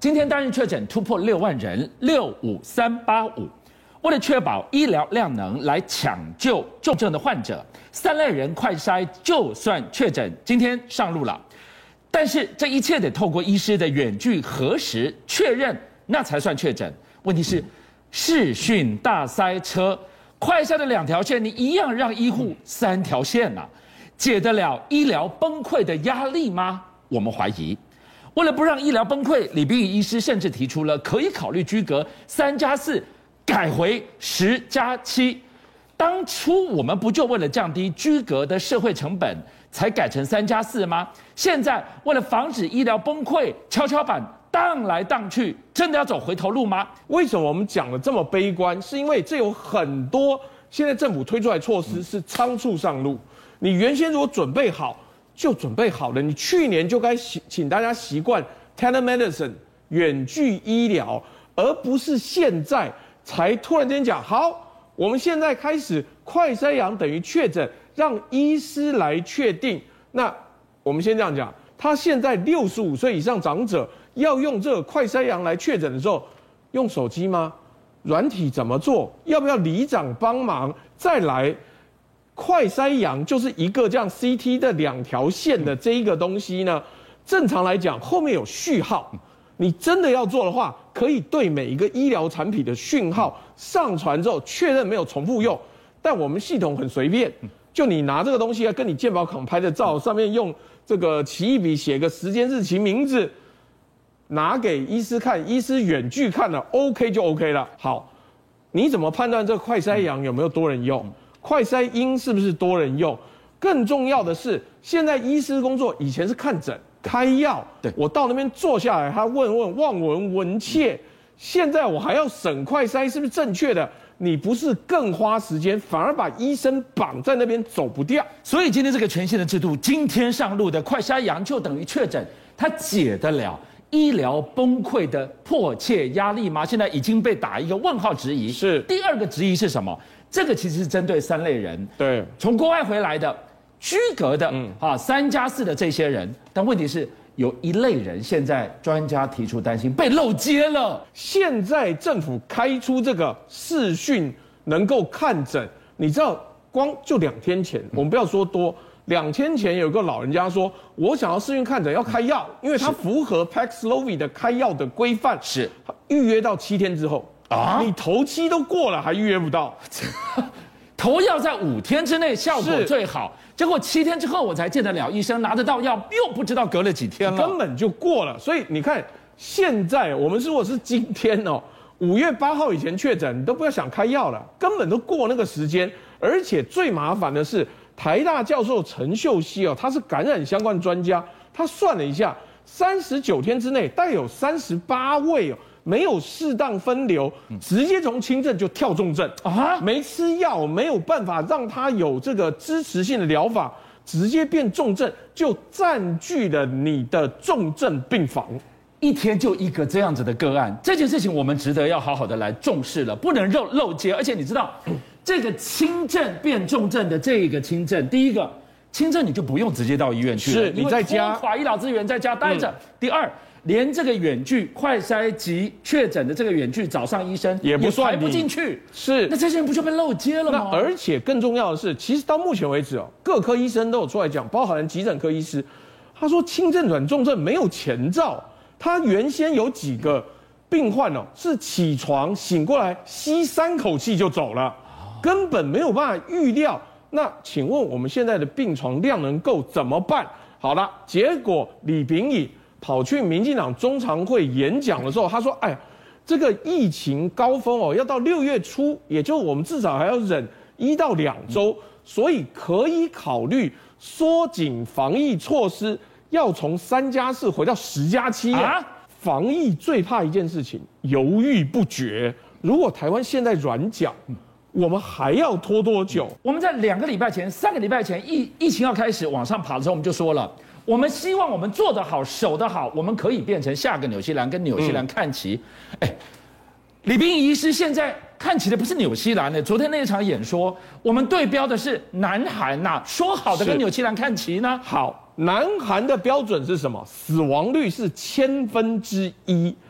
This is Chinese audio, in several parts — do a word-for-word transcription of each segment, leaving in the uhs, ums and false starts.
今天单日确诊突破六万人，六五三八五。为了确保医疗量能来抢救重症的患者，三类人快筛就算确诊，今天上路了。但是这一切得透过医师的远距核实确认，那才算确诊。问题是，视讯大塞车，快筛的两条线，你一样让医护三条线呐、啊，解得了医疗崩溃的压力吗？我们怀疑。为了不让医疗崩溃，李秉宇医师甚至提出了可以考虑居隔三加四，改回十加七。当初我们不就为了降低居隔的社会成本，才改成三加四吗？现在为了防止医疗崩溃，跷跷板荡来荡去，真的要走回头路吗？ 为什么我们讲的这么悲观？是因为这有很多现在政府推出来措施是仓促上路。你原先如果准备好，就准备好了。你去年就该请大家习惯 telemedicine 远距医疗，而不是现在才突然间讲好，我们现在开始快筛阳等于确诊，让医师来确定。那我们先这样讲，他现在六十五岁以上长者要用这个快筛阳来确诊的时候，用手机吗？软体怎么做？要不要里长帮忙？再来。快筛阳就是一个这样 C T 的两条线的这一个东西呢，正常来讲后面有序号，你真的要做的话，可以对每一个医疗产品的讯号上传之后确认没有重复用，但我们系统很随便，就你拿这个东西啊，跟你健保卡拍的照，上面用这个奇异笔写个时间、日期、名字，拿给医师看，医师远距看了 ，OK 就 OK 了。好，你怎么判断这个快筛阳有没有多人用？快筛阴是不是多人用？更重要的是，现在医师工作以前是看诊、开药， 对我到那边坐下来，他问问望闻问切，现在我还要审快筛是不是正确的？你不是更花时间，反而把医生绑在那边走不掉。 所以今天这个全新的制度，今天上路的快筛阳就等于确诊，它解得了医疗崩溃的迫切压力吗？现在已经被打一个问号质疑。 是第二个质疑是什么？这个其实是针对三类人， 对， 从国外回来的、居隔的， 嗯啊，三加四的这些人，但问题是有一类人，现在专家提出担心被漏接了。 现在政府开出这个视讯能够看诊，你知道，光就两天前，我们不要说多，两天前有个老人家说，我想要视讯看诊要开药，因为他符合 Paxlovid 的开药的规范， 是预约到七天之后。啊！你头七都过了，还预约不到， 头药在五天之内效果最好，结果七天之后我才见得了医生，拿得到药，又不知道隔了几天了， 根本就过了。所以你看，现在我们如果是今天哦，五月八号以前确诊，你都不要想开药了，根本都过那个时间。而且最麻烦的是，台大教授陈秀熙哦，他是感染相关专家，他算了一下，三十九天之内，大概有三十八位哦。没有适当分流，直接从轻症就跳重症啊！没吃药，没有办法让他有这个支持性的疗法，直接变重症，就占据了你的重症病房。 一天就一个这样子的个案，这件事情我们值得要好好的来重视了，不能漏漏接。而且你知道，这个轻症变重症的这个轻症，第一个轻症你就不用直接到医院去了， 是你在家拖垮医疗资源，在家待着。嗯、第二。连这个远距快筛及确诊的这个远距找上医生也不算也排不进去， 是那这些人不就被漏接了吗？ 那而且更重要的是，其实到目前为止哦，各科医生都有出来讲，包含急诊科医师，他说轻症转重症没有前兆，他原先有几个病患哦是起床醒过来吸三口气就走了，根本没有办法预料。那请问我们现在的病床量能够怎么办？好了，结果李秉宇跑去民进党中常会演讲的时候，他说：“哎呀，这个疫情高峰哦，要到六月初，也就我们至少还要忍一到两周，所以可以考虑缩紧防疫措施，要从三加四回到十加七啊。防疫最怕一件事情，犹豫不决。如果台湾现在软脚，我们还要拖多久？ 我们在两个礼拜前、三个礼拜前，疫疫情要开始往上爬的时候，我们就说了。”我们希望我们做得好、守得好，我们可以变成下个纽西兰，跟纽西兰看齐。哎、嗯，李秉宇医师现在看齐的不是纽西兰的，昨天那一场演说，我们对标的是南韩呐、啊，说好的跟纽西兰看齐呢？ 好，南韩的标准是什么？死亡率是千分之一，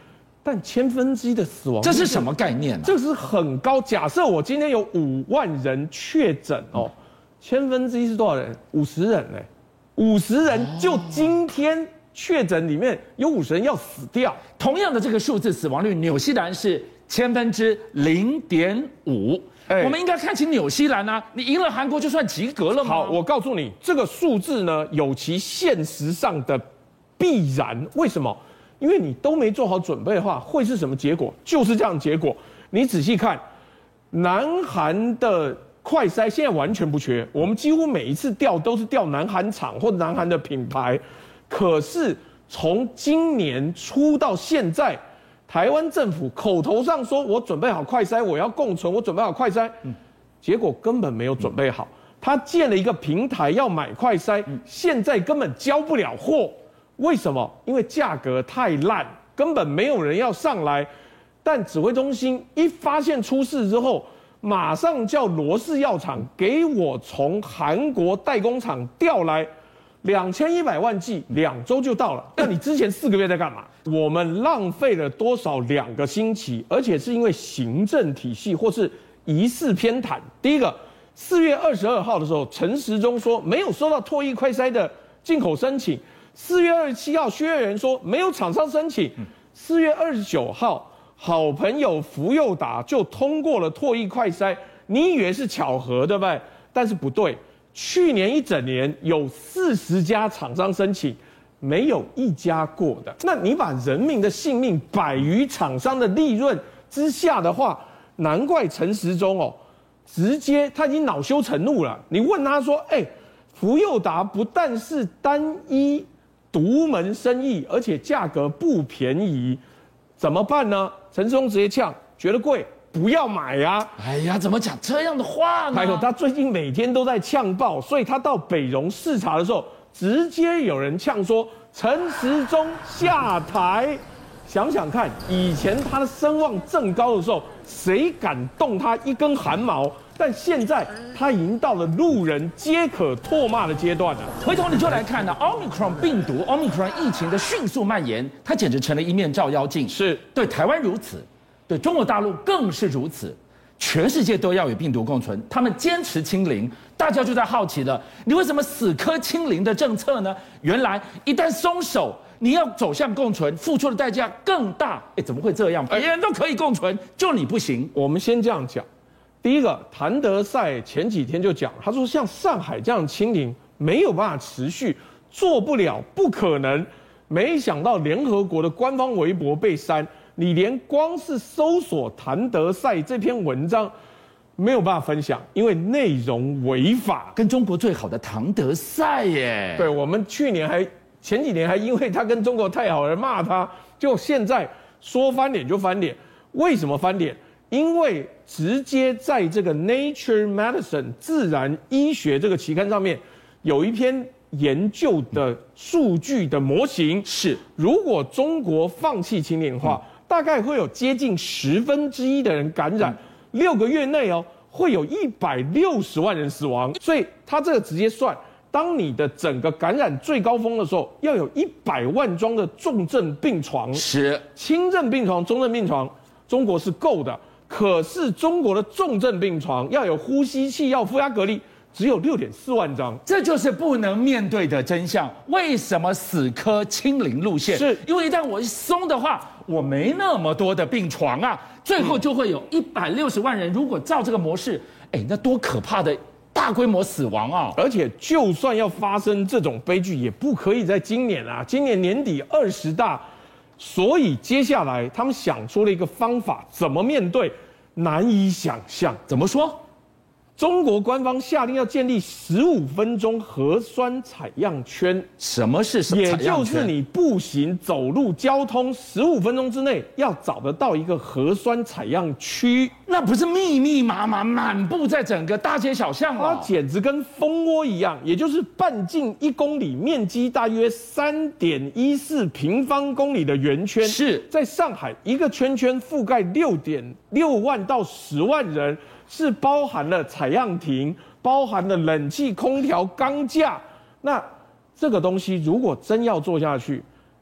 但千分之一的死亡， 这是什么概念啊？ 这是很高。假设我今天有五万人确诊哦，千分之一是多少人？五十人嘞，五十人就今天确诊里面有五十人要死掉。 同样的这个数字死亡率，纽西兰是千分之零点五。哎、我们应该看清纽西兰啊！你赢了韩国就算及格了吗？ 好，我告诉你，这个数字呢有其现实上的必然。为什么？因为你都没做好准备的话，会是什么结果？就是这样的结果。你仔细看，南韩的快筛现在完全不缺，我们几乎每一次调都是调南韩厂或南韩的品牌。可是从今年初到现在，台湾政府口头上说我准备好快筛，我要共存，我准备好快筛，嗯、结果根本没有准备好。他建了一个平台要买快筛，嗯、现在根本交不了货。为什么？因为价格太烂，根本没有人要上来。但指挥中心一发现出事之后，马上叫罗氏药厂给我从韩国代工厂调来两千一百万剂，两周就到了。那你之前四个月在干嘛？我们浪费了多少两个星期？而且是因为行政体系或是疑似偏袒。第一个，四月二十二号的时候，陈时中说没有收到唾液快筛的进口申请。四月二十七号，薛岳元说没有厂商申请。四月二十九号，好朋友福佑达就通过了唾液快筛。你以为是巧合，对不对？但是不对。去年一整年有四十家厂商申请，没有一家过的。那你把人民的性命摆于厂商的利润之下的话，难怪陈时中哦，直接他已经恼羞成怒了。你问他说：“哎、欸，福佑达不但是单一独门生意，而且价格不便宜，怎么办呢？”陈时中直接呛，觉得贵。不要买呀、啊！ 哎呀，怎么讲这样的话呢？ 还有，他最近每天都在呛爆，所以他到北荣视察的时候，直接有人呛说陈时中下台。想想看，以前他的声望正高的时候，谁敢动他一根汗毛？但现在他已经到了路人皆可唾骂的阶段了。 回头你就来看呢 ，Omicron 病毒 ，Omicron 疫情的迅速蔓延，它简直成了一面照妖镜。 是对台湾如此。对中国大陆更是如此，全世界都要与病毒共存，他们坚持清零，大家就在好奇了，你为什么死磕清零的政策呢？原来一旦松手，你要走向共存，付出的代价更大。哎，怎么会这样？别人都可以共存，就你不行。 我们先这样讲，第一个，谭德赛前几天就讲，他说像上海这样清零没有办法持续，做不了，不可能。没想到联合国的官方微博被删。你连光是搜索谭德赛这篇文章没有办法分享，因为内容违法， 跟中国最好的谭德赛耶。 对，我们去年还前几年还因为他跟中国太好而骂他，就现在说翻脸就翻脸。为什么翻脸？因为直接在这个 Nature Medicine 自然医学这个期刊上面有一篇研究的数据的模型，是如果中国放弃清零的话。嗯，大概会有接近十分之一的人感染，六个月内哦，会有一百六十万人死亡。所以他这个直接算，当你的整个感染最高峰的时候，要有一百万张的重症病床， 是轻症病床、中症病床，中国是够的。可是中国的重症病床要有呼吸器，要负压隔离。只有六点四万张， 这就是不能面对的真相。为什么死磕清零路线？ 是因为一旦我一松的话，我没那么多的病床啊，最后就会有一百六十万人。如果照这个模式，哎，那多可怕的大规模死亡啊！ 而且就算要发生这种悲剧，也不可以在今年啊，今年年底二十大。所以接下来他们想出了一个方法，怎么面对？难以想象。 怎么说？ 中国官方下令要建立十五分钟核酸采样圈。 什么是采样圈？ 也就是你步行、走路、交通十五分钟之内要找得到一个核酸采样区。 那不是密密麻麻满布在整个大街小巷吗？ 它简直跟蜂窝一样，也就是半径一公里、面积大约三点一四平方公里的圆圈。 是在上海一个圈圈覆盖六点六万到十万人。是包含了采样亭，包含了冷气、空调、钢架。那这个东西如果真要做下去，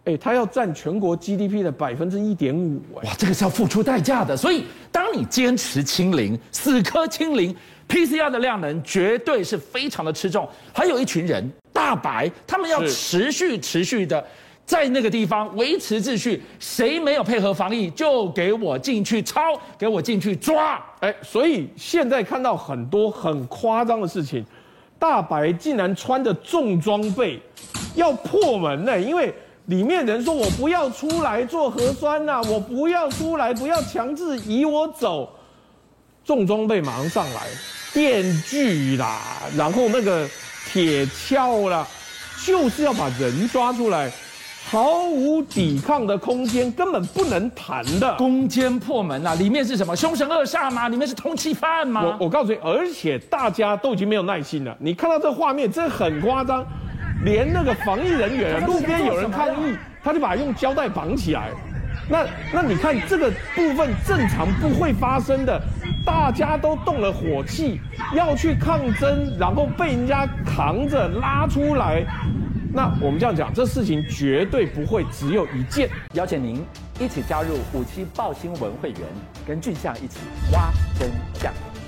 哎，它要占全国 G D P 的百分之一点五，哎， 哇，这个是要付出代价的。所以，当你坚持清零、死磕清零 ，P C R 的量能绝对是非常的吃重。还有一群人，大白，他们要持续、持续的在那个地方维持秩序，谁没有配合防疫，就给我进去抄，给我进去抓。 哎，所以现在看到很多很夸张的事情，大白竟然穿着重装备要破门呢，因为里面人说我不要出来做核酸呐、啊，我不要出来，不要强制移我走。重装备马上上来，电锯啦，然后那个铁锹啦，就是要把人抓出来，毫无抵抗的空间，根本不能谈的。 攻坚破门啊，里面是什么？凶神恶煞吗？里面是通缉犯吗？ 我我告诉你，而且大家都已经没有耐心了。你看到这画面，真的很夸张。连那个防疫人员，路边有人抗议，他就把他用胶带绑起来。那那你看这个部分正常不会发生的，大家都动了火气，要去抗争，然后被人家扛着拉出来。那我们这样讲，这事情绝对不会只有一件。 邀请您一起加入五七爆新闻会员，跟俊相一起挖真相。